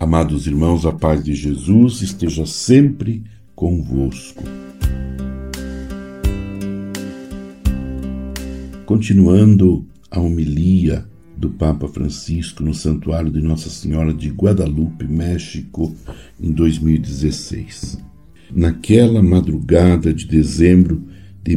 Amados irmãos, a paz de Jesus esteja sempre convosco. Continuando a homilia do Papa Francisco no Santuário de Nossa Senhora de Guadalupe, México, em 2016. Naquela madrugada de dezembro de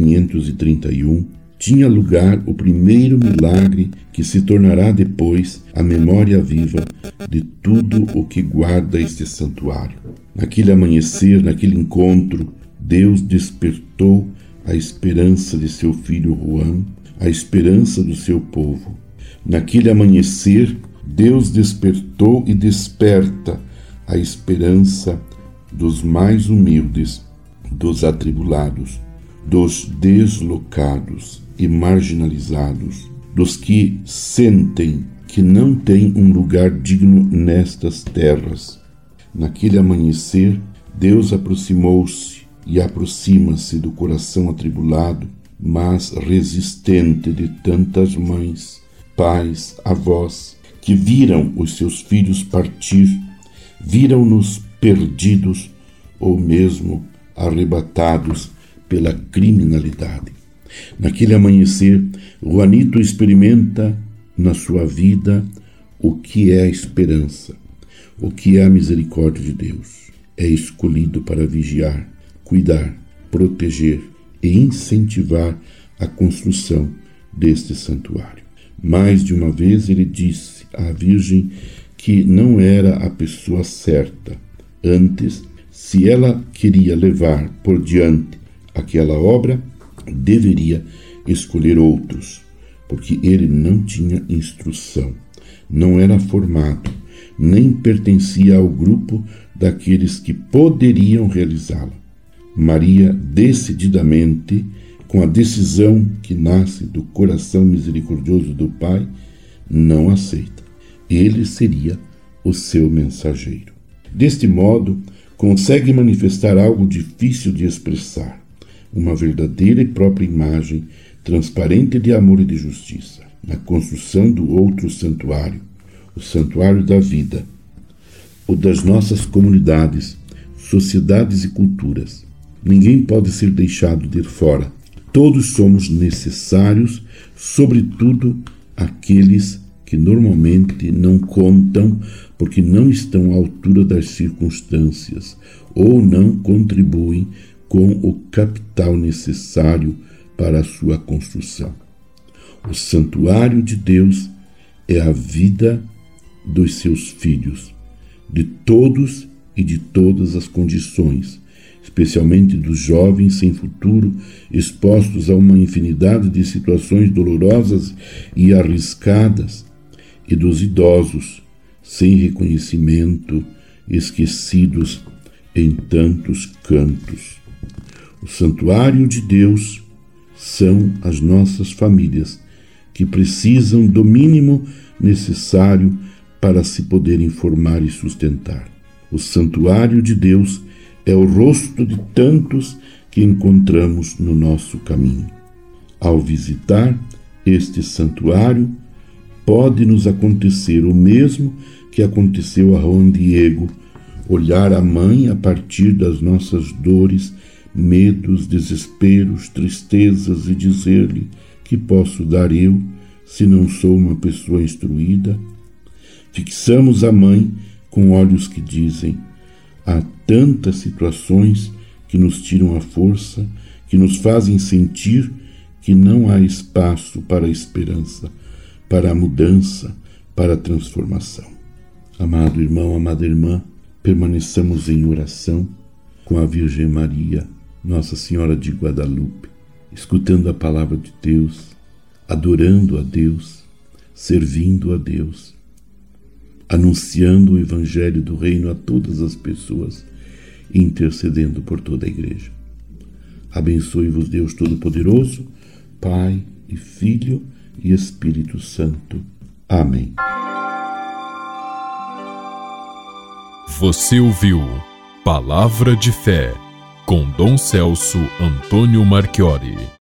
1531, tinha lugar o primeiro milagre que se tornará depois a memória viva de tudo o que guarda este santuário. Naquele amanhecer, naquele encontro, Deus despertou a esperança de seu filho Juan, a esperança do seu povo. Naquele amanhecer, Deus despertou e desperta a esperança dos mais humildes, dos atribulados, dos deslocados e marginalizados, dos que sentem que não têm um lugar digno nestas terras. Naquele amanhecer, Deus aproximou-se e aproxima-se do coração atribulado, mas resistente de tantas mães, pais, avós, que viram os seus filhos partir, viram-nos perdidos ou mesmo arrebatados pela criminalidade. Naquele amanhecer, Juanito experimenta na sua vida o que é a esperança, o que é a misericórdia de Deus. É escolhido para vigiar, cuidar, proteger e incentivar a construção deste santuário. Mais de uma vez ele disse à Virgem que não era a pessoa certa. Antes, se ela queria levar por diante aquela obra, deveria escolher outros, porque ele não tinha instrução, não era formado, nem pertencia ao grupo daqueles que poderiam realizá-la. Maria, decididamente, com a decisão que nasce do coração misericordioso do Pai, não aceita. Ele seria o seu mensageiro. Deste modo, consegue manifestar algo difícil de expressar, uma verdadeira e própria imagem transparente de amor e de justiça. Na construção do outro santuário, o santuário da vida, o das nossas comunidades, sociedades e culturas, ninguém pode ser deixado de fora. Todos somos necessários, sobretudo aqueles que normalmente não contam porque não estão à altura das circunstâncias ou não contribuem com o capital necessário para a sua construção. O santuário de Deus é a vida dos seus filhos, de todos e de todas as condições, especialmente dos jovens sem futuro, expostos a uma infinidade de situações dolorosas e arriscadas, e dos idosos, sem reconhecimento, esquecidos em tantos cantos. O santuário de Deus são as nossas famílias, que precisam do mínimo necessário para se poderem formar e sustentar. O santuário de Deus é o rosto de tantos que encontramos no nosso caminho. Ao visitar este santuário, pode nos acontecer o mesmo que aconteceu a Juan Diego, olhar a mãe a partir das nossas dores, medos, desesperos, tristezas e dizer-lhe: que posso dar eu se não sou uma pessoa instruída? Fixamos a mãe com olhos que dizem: há tantas situações que nos tiram a força, que nos fazem sentir que não há espaço para a esperança, para a mudança, para a transformação. Amado irmão, amada irmã, permaneçamos em oração com a Virgem Maria, Nossa Senhora de Guadalupe, escutando a palavra de Deus, adorando a Deus, servindo a Deus, anunciando o Evangelho do Reino a todas as pessoas e intercedendo por toda a Igreja. Abençoe-vos Deus Todo-Poderoso, Pai e Filho e Espírito Santo. Amém. Você ouviu Palavra de Fé com Dom Celso Antônio Marchiori.